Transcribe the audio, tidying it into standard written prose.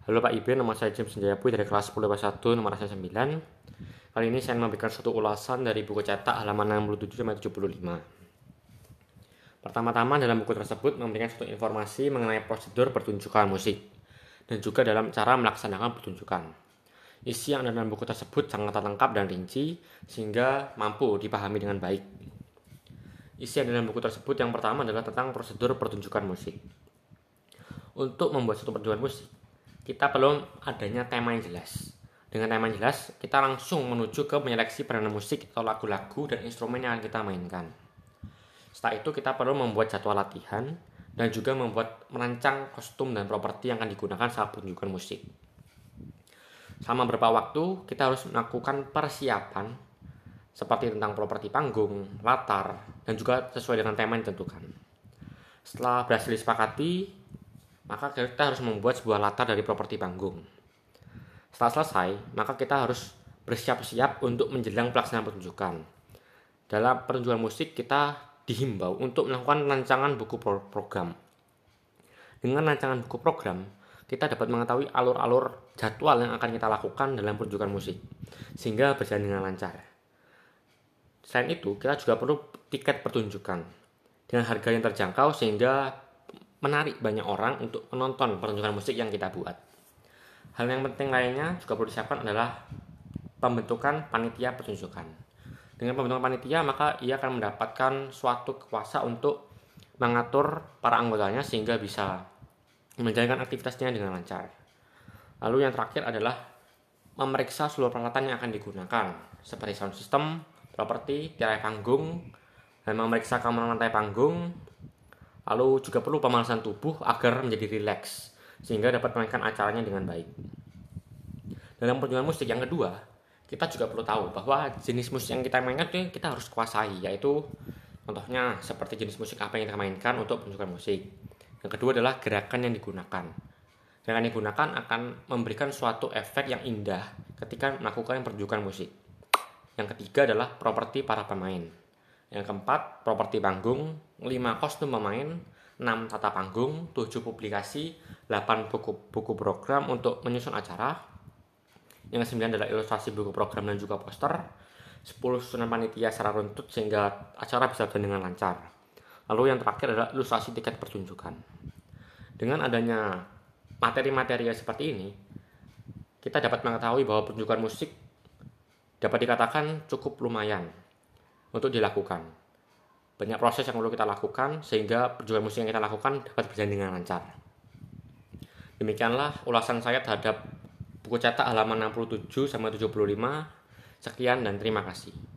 Halo Pak Ibe, nama saya James Senjayapui dari kelas 10 IPA 1 nomor absen 9. Kali ini saya memberikan suatu ulasan dari buku cetak halaman 67-75. Pertama-tama dalam buku tersebut memberikan suatu informasi mengenai prosedur pertunjukan musik dan juga dalam cara melaksanakan pertunjukan. Isi yang ada dalam buku tersebut sangat lengkap dan rinci sehingga mampu dipahami dengan baik. Isi yang ada dalam buku tersebut yang pertama adalah tentang prosedur pertunjukan musik. Untuk membuat suatu pertunjukan musik, kita perlu adanya tema yang jelas. Dengan tema yang jelas, kita langsung menuju ke menyeleksi peranan musik atau lagu-lagu dan instrumen yang akan kita mainkan. Setelah itu kita perlu membuat jadwal latihan dan juga merancang kostum dan properti yang akan digunakan saat pertunjukan musik. Selama beberapa waktu, kita harus melakukan persiapan seperti tentang properti panggung, latar, dan juga sesuai dengan tema yang ditentukan. Setelah berhasil disepakati, maka kita harus membuat sebuah latar dari properti panggung. Setelah selesai, maka kita harus bersiap-siap untuk menjelang pelaksanaan pertunjukan. Dalam pertunjukan musik, kita dihimbau untuk melakukan rancangan buku program. Dengan rancangan buku program, kita dapat mengetahui alur-alur jadwal yang akan kita lakukan dalam pertunjukan musik, sehingga berjalan dengan lancar. Selain itu, kita juga perlu tiket pertunjukan dengan harga yang terjangkau sehingga menarik banyak orang untuk menonton pertunjukan musik yang kita buat. Hal yang penting lainnya juga perlu disiapkan adalah pembentukan panitia pertunjukan. Dengan pembentukan panitia, maka ia akan mendapatkan suatu kuasa untuk mengatur para anggotanya sehingga bisa menjalankan aktivitasnya dengan lancar. Lalu yang terakhir adalah memeriksa seluruh peralatan yang akan digunakan, seperti sound system, properti, tirai panggung, dan memeriksa keamanan lantai panggung. Lalu juga perlu pemanasan tubuh agar menjadi rileks sehingga dapat memainkan acaranya dengan baik. Dalam pertunjukan musik yang kedua, kita juga perlu tahu bahwa jenis musik yang kita mainkan itu kita harus kuasai, yaitu contohnya seperti jenis musik apa yang kita mainkan untuk pertunjukan musik. Yang kedua adalah gerakan yang digunakan. Gerakan yang digunakan akan memberikan suatu efek yang indah ketika melakukan pertunjukan musik. Yang ketiga adalah properti para pemain. Yang keempat, properti panggung, 5 kostum pemain, 6 tata panggung, 7 publikasi, 8 buku program untuk menyusun acara. Yang ke-9 adalah ilustrasi buku program dan juga poster, 10 susunan panitia secara runtut sehingga acara bisa berjalan dengan lancar. Lalu yang terakhir adalah ilustrasi tiket pertunjukan. Dengan adanya materi-materi seperti ini, kita dapat mengetahui bahwa pertunjukan musik dapat dikatakan cukup lumayan untuk dilakukan. Banyak proses yang perlu kita lakukan sehingga pertunjukan musik yang kita lakukan dapat berjalan dengan lancar. Demikianlah ulasan saya terhadap buku cetak halaman 67-75. Sekian dan terima kasih.